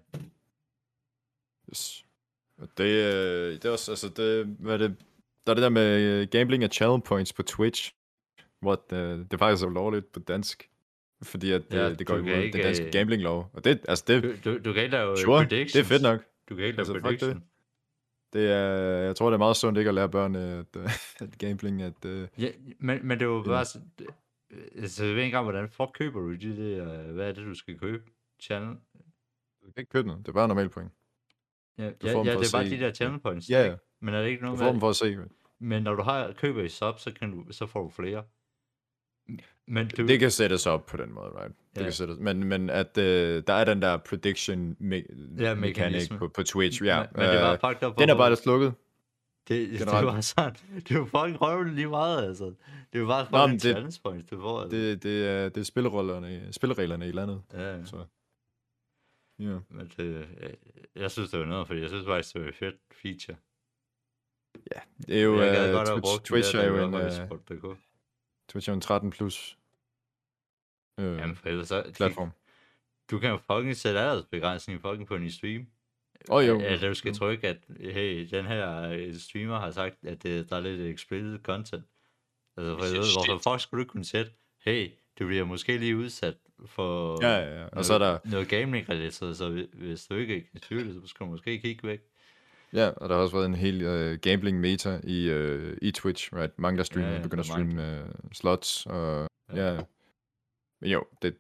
Yes. Og det, øh, det er også, altså, det, hvad er det, der er det der med øh, gambling af channel points på Twitch, hvor øh, det er faktisk så lovligt på dansk, fordi at Ja, ja, det går du imod kan den ikke, danske øh, gambling-lov. Og det, altså det, Du, du, du kan ikke lave sure, predictions. det er fedt nok. Du kan ikke lave Altså, fuck det. prediction. Det er, jeg tror, det er meget sundt ikke at lære børn, at, øh, at gambling, at... Øh, Ja, men, men det er jo Ja. bare... så- det- Altså, jeg ved ikke engang, hvordan fuck køber du de der... Hvad er det, du skal købe? Channel? du kan ikke købe noget, det er bare normalt point. Ja, ja, får dem ja for det at er bare se- de der channel points. Ja, ikke? ja. Men er det ikke Du noget får dem med... for at se. Right? Men når du har køber i sub, så, kan du, så får du flere. Men du... Det kan sættes op på den måde, right? Det Ja. kan sættes, men, men at øh, der er den der prediction me- Ja, mekanik mekanisme. på, på Twitch, ja. men, men det var øh, fucked up. den er hvorfor- bare lidt slukket. Det, det generelt. var sådan, det var fucking røvende lige meget, altså. Det var bare Nå, men fucking det- challenge points, du får, altså. Det, det, er, det er spillereglerne, spillereglerne i landet. Ja, Så, ja. men det, jeg, jeg synes, det var noget, fordi jeg synes faktisk, det var et fedt feature. Det er jo, jeg gad uh, godt have Twitch, brugt Twitch det er der, jo da en, jeg var uh, i sport punktum d k. Twitch er jo en tretten plus øh, Jamen, for ellers så... platform. Du kan jo fucking sætte aldersbegrænsning fucking på en stream. Åh, jo. At, at du skal jo. trykke, at hey, den her øh, streamer har sagt, at det, der er lidt explicit content. Altså, for jeg siger ved, hvorfor shit. fuck skulle du ikke kunne sætte, hey, du bliver måske lige udsat for Ja, ja, ja. Og så er der, noget gaming-relateret, så hvi- hvis du ikke kan styre det, så skal du måske kigge væk. ja, og der har også været en hel øh, gambling-meta i, øh, i Twitch, right? Mange, der streamer, Ja, ja, begynder at der er mange, streame øh, slots, og Ja. ja. Men jo, det,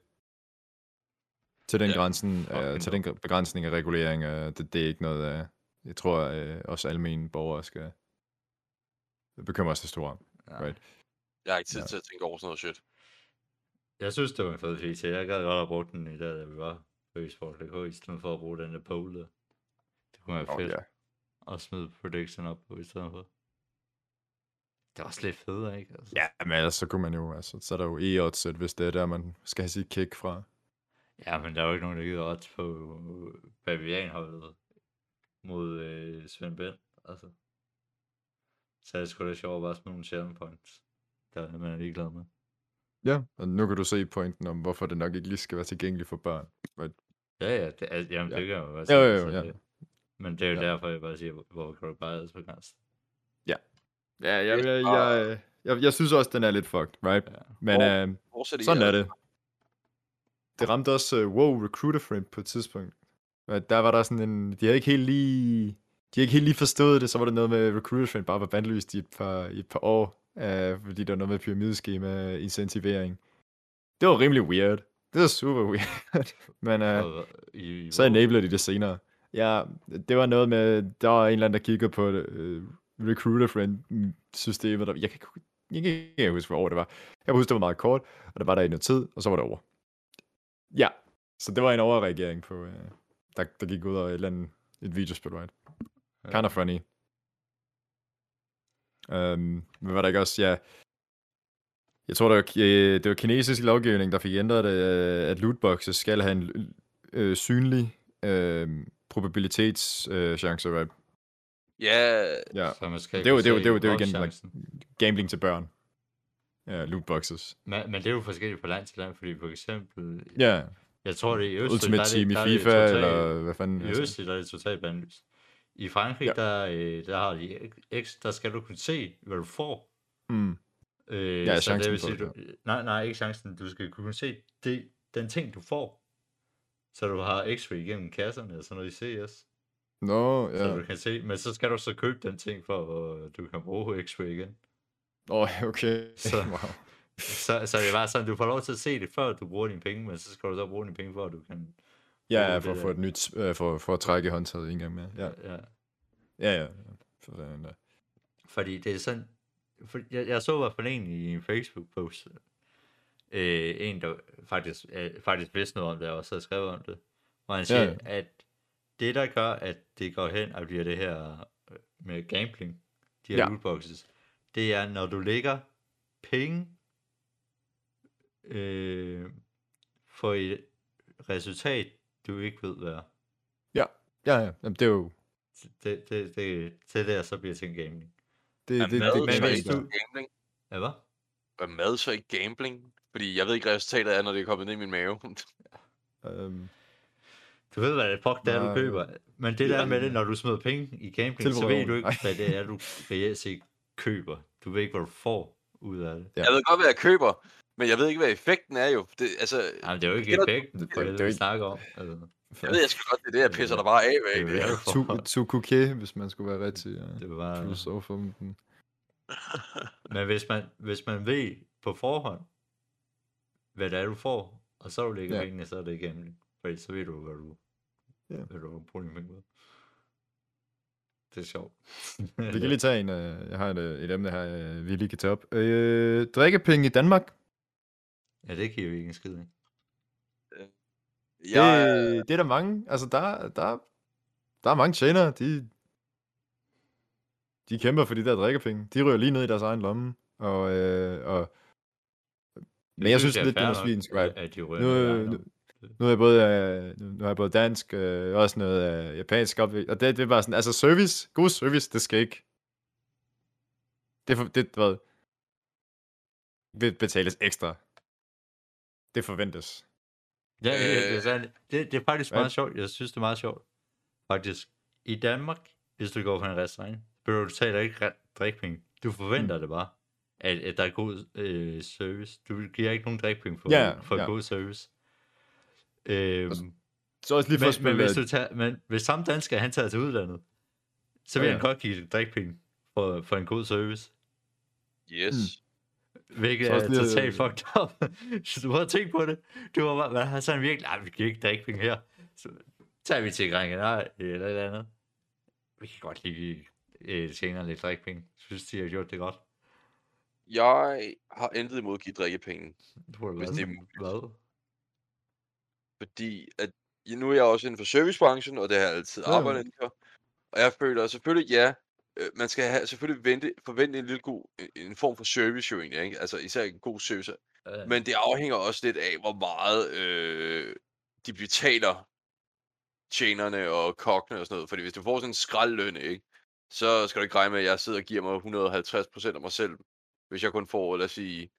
til den, Ja, grænsen, øh, fucking til den gr- begrænsning af regulering, øh, det, det er ikke noget, øh, jeg tror, øh, også almindelige borgere skal bekymre sig store om. Ja. Right. Jeg har ikke tid Ja. til at tænke over sådan noget shit. Jeg synes, det var en fed feature. Jeg gad godt have brugt den i dag, da vi var på eSport punktum d k, i stedet for at bruge den der poll der. Det kunne være Oh, fedt ja. at smide prediction op på i stedet for. Det var også lidt fedt, ikke? Altså. Ja, men ellers så kunne man jo, altså, så er der jo e-oddset, hvis det er der, man skal have sit kick fra. Ja, men der er jo ikke nogen, der gider odds på Bavian-holdet mod øh, Svend Bent, altså. Så er det sgu da sjovt at bare smide nogle challenge points. Der er man ligeglad med. Ja, og nu kan du se pointen om, hvorfor det nok ikke lige skal være tilgængeligt for børn. Right. Ja, ja, det, altså, jamen, Ja. det kan jeg jo bare Jo, sige. jo, jo, så ja. det, men det er jo Ja. derfor, jeg bare siger, hvor- hvorfor kan du bare addes begrænset? Ja, jeg, Yes, jeg, og- jeg, jeg, jeg synes også, den er lidt fucked, right? Ja. Men Hvor- øh, Fortsæt i sådan er ad. det. Det ramte også uh, WoW Recruiter Friend på et tidspunkt. Og der var der sådan en... De havde ikke helt lige... De havde ikke helt lige forstået det, så var der noget med Recruiter Friend bare var bandlyst i et par, i et par år, uh, fordi der var noget med pyramideskema, incentivering. Det var rimelig weird. Det var super weird. Men uh, Og, i, i så hvor- enablede de det senere. Ja, det var noget med... Der var en eller anden, der kiggede på uh, Recruiter Friend-systemet. Der, jeg, kan, ikke- jeg kan ikke huske, hvor år det var. Jeg kan huske, det var meget kort, og det var der i noget tid, og så var det over. Ja, så det var en overreagering på, uh, der, der gik ud over et eller andet et videospil, right? Ja. Kind of funny. Um, men var der ikke også, ja... Jeg tror, det var, øh, det var kinesisk lovgivning, der fik ændret det, øh, at lootboxes skal have en øh, synlig øh, probabilitetschance, øh, chance, right? Ja, Ja, Så man skal det er jo- kunne det er jo- se det er jo- det er jo igen, oddschancen. gambling til børn. Ja, lootboxes. Men, men det er jo forskelligt fra land til land, fordi for eksempel, Ja, jeg tror det er i Østrig, Ultimate der er Team det, i der er det FIFA, totalt, eller hvad fanden? i altså. Østrig der er det totalt bandlyst. I Frankrig, Ja. der, øh, der har de X, der skal du kunne se, hvad du får. Mm. Øh, Ja, så chancen det vil for sige, det, du, nej, nej, ikke chancen. Du skal kunne se det, den ting, du får. Så du har X-ray igennem kasserne og sådan noget i C S. Nå, Så ja. du kan se, men så skal du så købe den ting, for at du kan bruge X-ray igen. Åh, oh, okay. Så- Wow. Så, så det er bare sådan, du får lov til at se det, før du bruger dine penge, men så skal du så bruge dine penge, for at du kan... Ja, bruge ja, det for at der. få et nyt, øh, for, for at trække håndtaget en gang mere. Ja, ja. ja, ja. ja. For den der. Fordi det er sådan... For jeg, jeg så i hvert fald en i en Facebook-post. Øh, en, der faktisk, øh, faktisk vidste noget om det, og også havde skrevet om det. Hvor han siger, Ja, ja. at det, der gør, at det går hen og bliver det her øh, med gambling, de her Ja. ja. lootboxes, det er, når du lægger penge øh, for et resultat, du ikke ved, hvad er. Ja, ja. Jamen, det er jo... Det, det, det, det der så bliver til en gambling. Det, er det, det, mad det, men så det, hvis ikke det, du- gambling? Ja, hvad? Er mad så ikke gambling? Fordi jeg ved ikke, hvad resultatet er, når det er kommet ned i min mave. øhm, Du ved, hvad det fuck det er, du Nej. køber. Men det der Ja. med det, når du smider penge i gambling, Tilbud så ved over. du ikke, Ej. hvad det er, du reelt set køber. Du ved ikke, hvad du får ud af det. Ja. Jeg ved godt, hvad jeg køber, men jeg ved ikke, hvad effekten er jo. Det, altså, Jamen, det er jo ikke Det er- effekten, det- for det er det, jo vi ikke- snakker om. Altså, jeg ved, jeg skal godt, det er det, jeg pisser dig bare af det med. er jo Det. derfor. to, to kuké, hvis man skulle være rigtig ja. Det var bare... filosof om den. Men hvis man, hvis man ved på forhånd, hvad det er, du får, og så du lægger Ja. pengene, så er det gambling. Fordi så ved du, hvad du, Ja. hvad du bruger dine penge med. Det er sjovt. Vi kan lige tage en, øh, jeg har et, øh, et emne her, øh, vi lige kan tage op. Øh, drikkepenge i Danmark, Ja, det giver jo ikke en skid, ikke? Jeg, det, det er der mange, altså der, der, der er mange tjenere, de, de kæmper for de der drikkepenge. De ryger lige ned i deres egen lomme, og, øh, og men jeg synes lidt, det er noget svinsk, right? At de rører Nu, ned i øh, egen nu, lomme. nu er jeg både, øh, nu har jeg både dansk, øh, også noget øh, japansk op, og det, det er bare sådan, altså service, god service, det skal ikke, det, er for, det hvad, vil betales ekstra. Det forventes. Ja, ja, det er Øh, sandt. Det, det er faktisk Right. meget sjovt. Jeg synes, det er meget sjovt. Faktisk. i Danmark, hvis du går på en restaurant, du betaler ikke drikpenge. Du forventer mm. det bare, at, at der er god øh, service. Du giver ikke nogen drikpenge for, Ja, for ja. god service. Øhm, Så også lige for men, at spille... men, hvis du tager, men hvis samme dansker, han tager til udlandet, så vil Ja. han godt give dig drikpenge for, for en god service. Yes. Mm. Hvilket Så er også lige- totalt fucked up. Så du har tænkt på det. Du var bare, hvad har sådan virkelig, nej, vi giver ikke drikpenge her. Så tager vi til Gran Canaria eller et eller andet. Vi kan godt lige øh, tjene lidt drikpenge. Synes, de har gjort det godt. Jeg har intet imod at give drikkepenge, Du har hvis været det er sådan, muligt. hvad? Fordi at, ja, nu er jeg også inden for servicebranchen, og det har jeg altid Ja, ja. arbejdet inden for. Og jeg føler selvfølgelig, ja, øh, man skal have, selvfølgelig vente, forvente en lille god, en, en form for service jo egentlig, ikke? Altså især en god service. Øh, Men det afhænger også lidt af, hvor meget øh, de betaler tjenerne og kokkene og sådan noget. Fordi hvis du får sådan en skraldløn, ikke, så skal du ikke regne med, at jeg sidder og giver mig et hundrede og halvtreds procent af mig selv, hvis jeg kun får, lad os sige,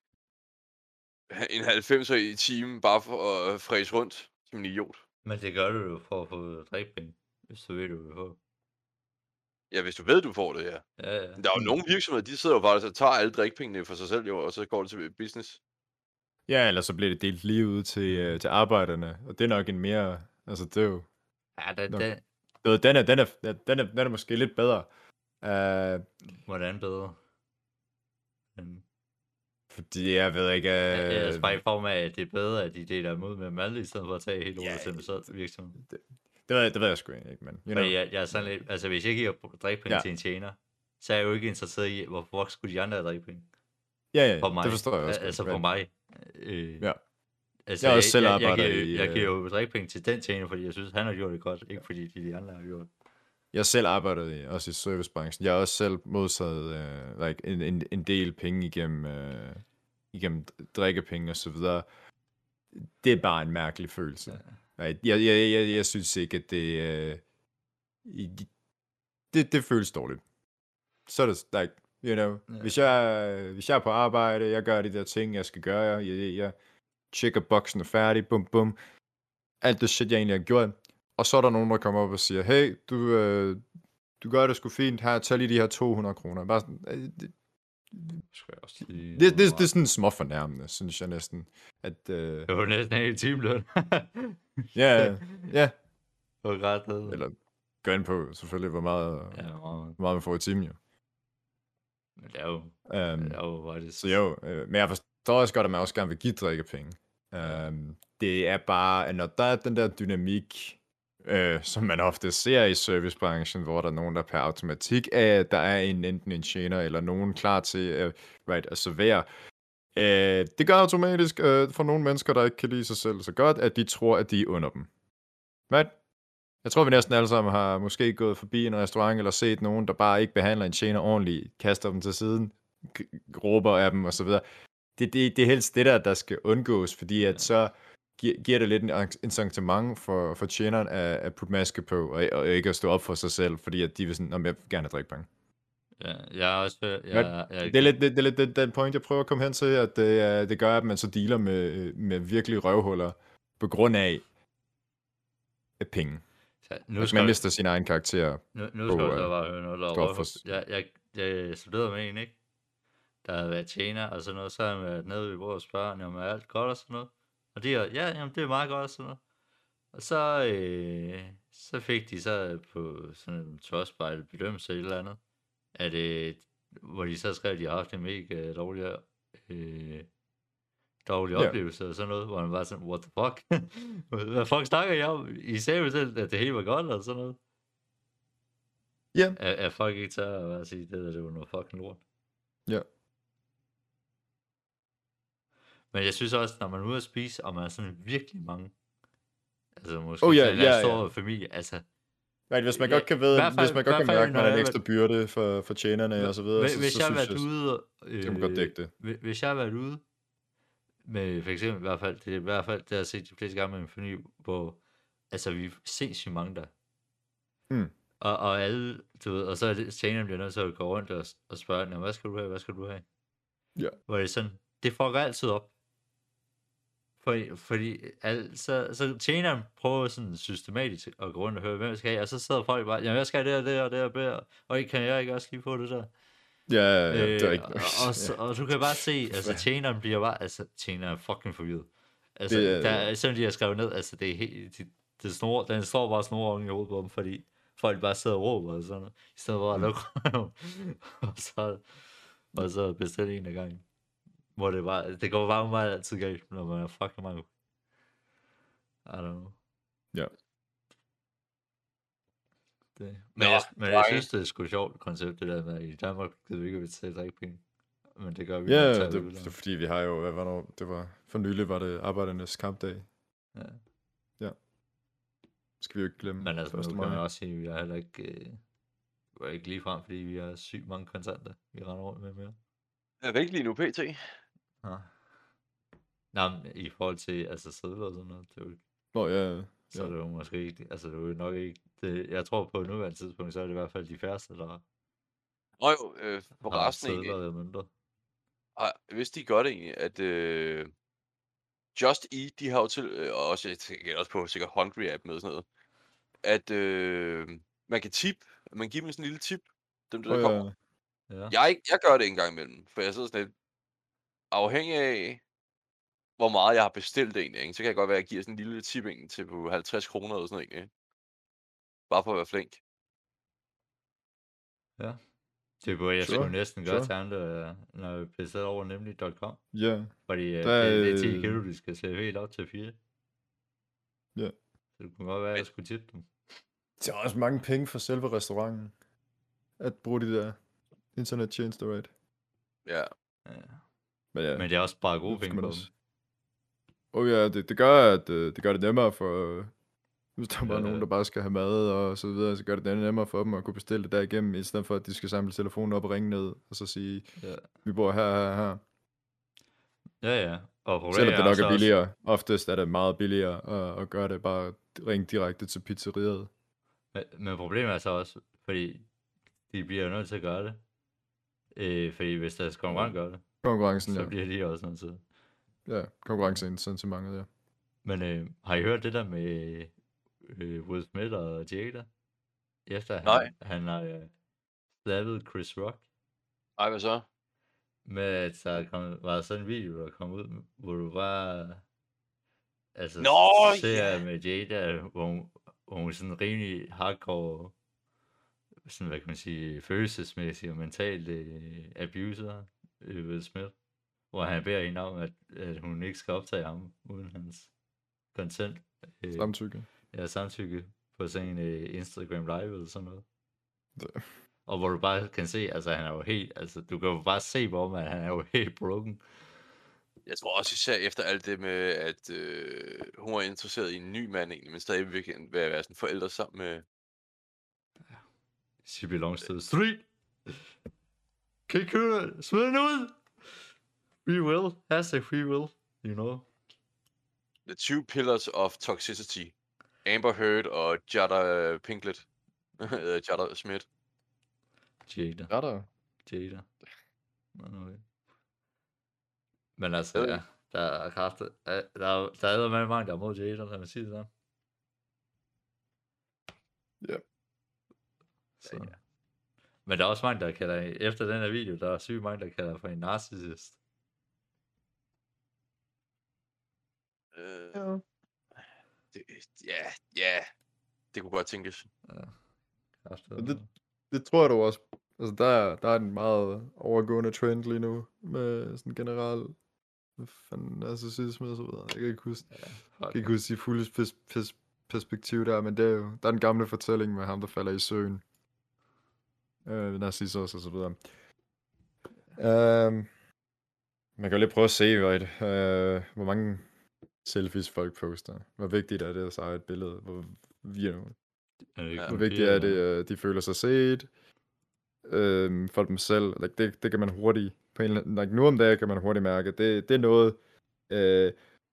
en halvfemser i timen bare for at fræse rundt som en idiot. Men det gør du jo for at få drikpenge. Hvis du ved, du vil få. Ja, hvis du ved, du får det, ja. Ja, ja. Men der er jo Mm. nogle virksomheder, de sidder jo faktisk og tager alle drikpengene for sig selv, jo, og så går det til business. Ja, eller så bliver det delt lige ud til, øh, til arbejderne, og det er nok en mere... Altså, det er jo... Ja, den, Nå. den, Du ved, Den er, den, er, den, er, den er måske lidt bedre. Uh, hvordan bedre? Men, fordi jeg ved ikke... Uh, jeg, jeg er bare i form af, at det er bedre, at de deler dem ud med dem alle, i stedet for at tage helt Ja, lortet til dem selv virksomheden. det, det, ved jeg, det ved jeg sgu egentlig ikke, men... You know. Fordi jeg, jeg er sådan lidt, altså hvis jeg giver drikpenge Ja. til en tjener, så er jeg jo ikke interesseret i, hvorfor skulle de andre have drikpenge? Ja, ja, For mig. det forstår jeg også. Al- Altså godt. for mig. Øh, Ja. Altså, Jeg har også selv jeg, jeg, arbejdet jeg, giver, i, jeg øh, giver jo drikpenge til den tjener, fordi jeg synes, han har gjort det godt, ikke fordi de, de andre har gjort. Jeg har selv arbejdet i, også i servicebranchen. Jeg har også selv modtaget uh, like, en, en, en del penge igennem, uh, igennem drikkepenge og så videre. Det er bare en mærkelig følelse. Ja. Jeg, jeg, jeg, jeg, jeg synes ikke, at det, uh, det... Det føles dårligt. Så er det, like, you know, Ja. hvis, jeg, hvis jeg er på arbejde, jeg gør de der ting, jeg skal gøre, jeg, jeg, jeg tjekker boksen er færdig, bum bum. Alt det shit, jeg egentlig har gjort. Og så er der nogen, der kommer op og siger, hey, du, øh, du gør det sgu fint, her, tag lige de her to hundrede kroner. Bare sådan, øh, det, Skal jeg også lige... det, det, det er sådan små fornærmende, synes jeg næsten. At, øh, Det var næsten en hel timeløn. ja, ja. Det var ret ned. Eller gå ind på, selvfølgelig, hvor meget, Ja, meget. hvor meget man får i timen, jo. Men det er jo, Um, det er jo faktisk... Så jo, øh, men jeg forstår også godt, at man også gerne vil give drikkepenge. Um, det er bare, at når der er den der dynamik, øh, som man ofte ser i servicebranchen, hvor der er nogen, der per automatik er, der er en, enten en tjener eller nogen klar til uh, right, at servere. Uh, det gør automatisk uh, for nogle mennesker, der ikke kan lide sig selv så godt, at de tror, at de er under dem. Right? Jeg tror, vi næsten alle sammen har måske gået forbi en restaurant eller set nogen, der bare ikke behandler en tjener ordentligt, kaster dem til siden, g- råber af dem osv. Det, det, det er helst det der, der skal undgås, fordi at så gi- giver det lidt en incitament for, for tjeneren at, at putte maske på, og, og ikke at stå op for sig selv, fordi at de vil sådan, om jeg vil gerne drikke penge. Ja, jeg er også... Jeg, Ja, jeg, jeg, Det er lidt, det, det er lidt det, den point, jeg prøver at komme hen til, at det, er- det gør, at man så dealer med, med virkelige røvhuller på grund af af penge. så nu At skal man jeg- mister sin egen karakter. Nu, nu på, skal jeg øh, så bare høre noget, der stå op var for- jeg, jeg, jeg studerede med en, ikke? Der havde været tjener og sådan noget, så havde han været nede ved vores børn, om er alt godt og sådan noget. Og de er, ja, jamen, det er meget godt og sådan noget. Og så, øh, så fik de så på sådan en trustpejl bedømmelse eller et eller andet, at, øh, hvor de så skrev, at de har haft en mega dårlig, øh, dårlig Ja. oplevelse og sådan noget, hvor man var sådan, what the fuck? Hvad fuck snakker jeg om? I sagde jo selv, at det hele var godt og sådan noget. Ja. Er, er folk ikke tør at sige, det der, det var noget fucking lort. Ja. Men jeg synes også, når man er ude at spise, og man er sådan virkelig mange, altså måske Oh, ja, sådan en ja, stor ja. familie, altså, Right, hvis man Ja, godt kan i ved, hvert fald- hvis man i godt hvert kan fald, mærke, at man når er en jeg- ekstra byrde for, for tjenerne og så videre, hvis, så, hvis så jeg har synes været jeg, ude, øh, så kan man godt dække det. hvis- hvis jeg har været ude, med for eksempel i hvert fald, det er i hvert fald, det har jeg set de fleste gange med min familie, hvor, altså vi er sindssygt mange der. Mm. Og, og alle, du ved, og så er det, tjeneren bliver nødt til at gå rundt og, og spørge, "Nå, hvad skal du have, hvad skal du have? Ja. Hvor det er sådan, det fucker altid op. For, fordi al, så, så tjeneren prøver sådan systematisk at gå rundt og høre, hvem skal jeg, og så sidder folk bare, jamen jeg skal det og det og det og det, og, og kan jeg ikke også lige få det der? Ja, ja, ja, det er Øh, ikke og, noget. og, så, og du kan bare se, altså tjeneren bliver bare, altså tjeneren er fucking forvirret. Altså, Det er- der, er- selvom de har skrevet ned, altså det er helt, de, det snor, den står bare snor oven i hovedet på dem, fordi folk bare sidder og råber og sådan noget, i stedet for at lukke røven, og så, og så bestille en af gangen. Hvor det bare, det går bare meget altid galt, når man er fucking mange. I don't know. Ja. Det. Men, Nå, jeg, men jeg drenge. synes, det er sgu sjovt koncept, det der med, at i Danmark gider vi ikke at betale drikpenge. Men det gør vi. Ja, når vi det, tager det, udlandet. er fordi vi har jo, hvad var det, det var, for nylig var det arbejdernes kampdag. Ja. Skal vi jo ikke glemme. Men altså, nu første kan maj. man også sige, at vi er heller ikke, øh, vi er ikke lige frem, fordi vi har sygt mange kontanter, vi render rundt med mere. Jeg er ikke lige nu, P T. Ja. Nå, men i forhold til, altså sædler og sådan noget, det er jo, Nå, ja, ja. så er det jo måske ikke, altså det er jo nok ikke, det, jeg tror på nuværende tidspunkt, så er det i hvert fald de færreste, der Nå jo, øh, på har resten sædler egentlig. eller mønter. Har, hvis de gør det egentlig, at øh, Just Eat, de har jo til, øh, og også, jeg tænker også på sikkert Hungry-appen og sådan noget, at øh, man kan tip, man giver dem sådan en lille tip, dem der, der Åh, kommer. ja. Ja. Jeg, jeg gør det en gang imellem, for jeg sidder sådan lidt afhængig af, hvor meget jeg har bestilt egentlig, ikke? Så kan jeg godt være, at jeg giver sådan en lille tip egentlig til på halvtreds kroner eller sådan noget, ikke? Bare for at være flink. Ja. Det burde jeg Sure, sgu næsten gøre sure. til andre, når jeg bestiller over nemlig punktum com. Ja, Fordi øh, Der det, det er er- ti kilo, de skal se helt op til fire. Ja. Så det kunne godt være, at jeg skulle tippe dem. det er også mange penge for selve restauranten. At bruge de der internettjenester, right? Ja. Ja. Men ja, Men det er også bare gode det skal penge man på også. dem. Oh ja, det, det gør, at øh, det gør det nemmere for, øh, hvis der er bare Ja. nogen, der bare skal have mad og så videre, så gør det det nemmere for dem at kunne bestille det derigennem, i stedet for, at de skal samle telefonen op og ringe ned, og så sige, Ja, vi bor her, her, her. ja. ja. Og problemet Selvom det nok så er også- billigere. Oftest er det meget billigere at, at gøre det, bare ringe direkte til pizzeriet. Men, men problemet er så også, fordi de bliver jo nødt til at gøre det. Øh, fordi hvis deres konkurrent gør det, Konkurrencen, så ja. bliver de også nødt til det. Ja, konkurrenceincitamentet, ja. Men øh, har I hørt det der med øh, Will Smith og Jada? Efter han, Nej. han har øh, slappet Chris Rock. Ej, hvad så? Med at der kom, var sådan en video, der kom ud, hvor du bare altså, Nå, ser ja. med Jada, hvor hun, hvor hun sådan rimelig hardcore, sådan hvad kan man sige, følelsesmæssigt og mentalt øh, abuser øh, Will Smith, hvor han beder hende om, at, at hun ikke skal optage ham uden hans consent. Øh, Samtykke. ja, samtykke på sådan en øh, Instagram live eller sådan noget. Det- Og hvor du bare kan se, altså han er jo helt, altså du kan jo bare se på ham, at han er jo helt broken. Jeg tror også især efter alt det med, at øh, hun var interesseret i en ny mand egentlig, men stadig vil være, være sådan forældre sammen med... She belongs to the street. Kan I køre? Smid den ud! We will. Hashtag we will. You know. The Two Pillars of Toxicity. Amber Heard og Jada Pinkett. Eller Jada Smith. Jada. Er der? Jada. Okay. Men altså, Jeg ved ja. Der er kraftet. Der er, der er med mange, der er mod Jada, lad mig sige det sådan. Ja. Så. Ja. Men der er også mange, der kalder, efter den her video, der er sygt mange, der kalder for en narcissist. Øh, Ja. det, ja, ja. Det kunne godt tænkes. Kraftet. Men det, det tror jeg dog også. Altså, der, er- der er en meget overgående trend lige nu, med sådan general, hvad fanden, narcissisme og så videre. Jeg kan ikke huske, jeg Fuck. kan ikke huske de fulde pers- pers- perspektiv der, men det er jo, der er den gamle fortælling med ham, der falder i søen. Øh, Narcissus og så videre. Um, man kan jo lige prøve at se, right, uh, hvor mange selfies folk poster. Hvor vigtigt er det at sejre et billede? Hvor, you know, Er det ikke Ja. hvor kun vigtigt fire, er eller? det, at de føler sig set? Øhm, for dem selv. Like, det, det kan man hurtigt, på en, eller anden- like, nu om dagen kan man hurtigt mærke, det, det er noget, øh,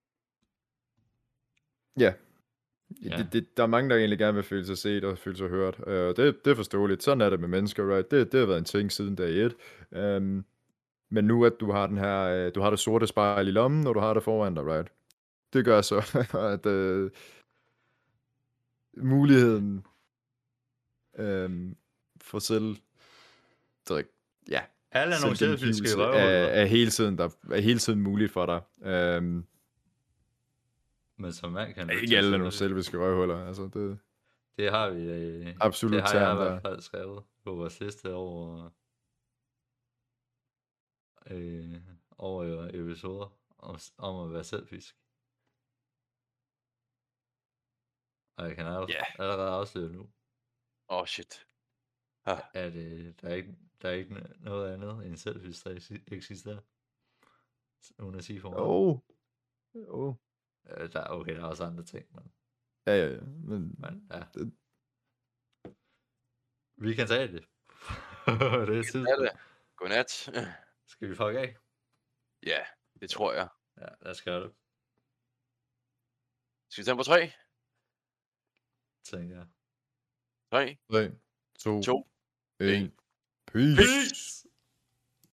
ja, Ja. det, det, der er mange, der egentlig gerne vil føle sig set og føle sig hørt. Øh, det, det er forståeligt. Sådan er det med mennesker, right? Det, det har været en ting siden dag et. Øhm, men nu at du har den her, øh, du har det sorte spejl i lommen, og du har det foran dig, right? det gør så, at øh, muligheden øh, for selv, drik, ja, Alle er nogle selvfysiske selvgengivelse er, røvhuller. er, hele tiden, der, er hele tiden muligt for dig. Øh, Men som mand kan du ikke alle er nogle selviske røvhuller, altså det Det har vi. Øh, absolut det har jeg i term, hvert der. fald skrevet på vores liste over, øh, over episoder om, om at være selvfisk. Og jeg kan allerede, Ja. allerede afsløre nu, Åh, oh, shit. Ah, at øh, der, er ikke, der er ikke n- noget andet end selvfisk, der eksi- eksisterer. Uden at sige for meget. Åh, oh. Øh, der, okay, der er også andre ting, men, Ja, ja, ja. Men, men ja. Det- Vi kan tage det. det er tid. det er det. Godnat. Skal vi fuck af? Ja, det tror jeg. Ja, lad os gøre det, Skal vi tage den på tre? tænker jeg. tre, tre, to, to, en. en. Peace. Peace!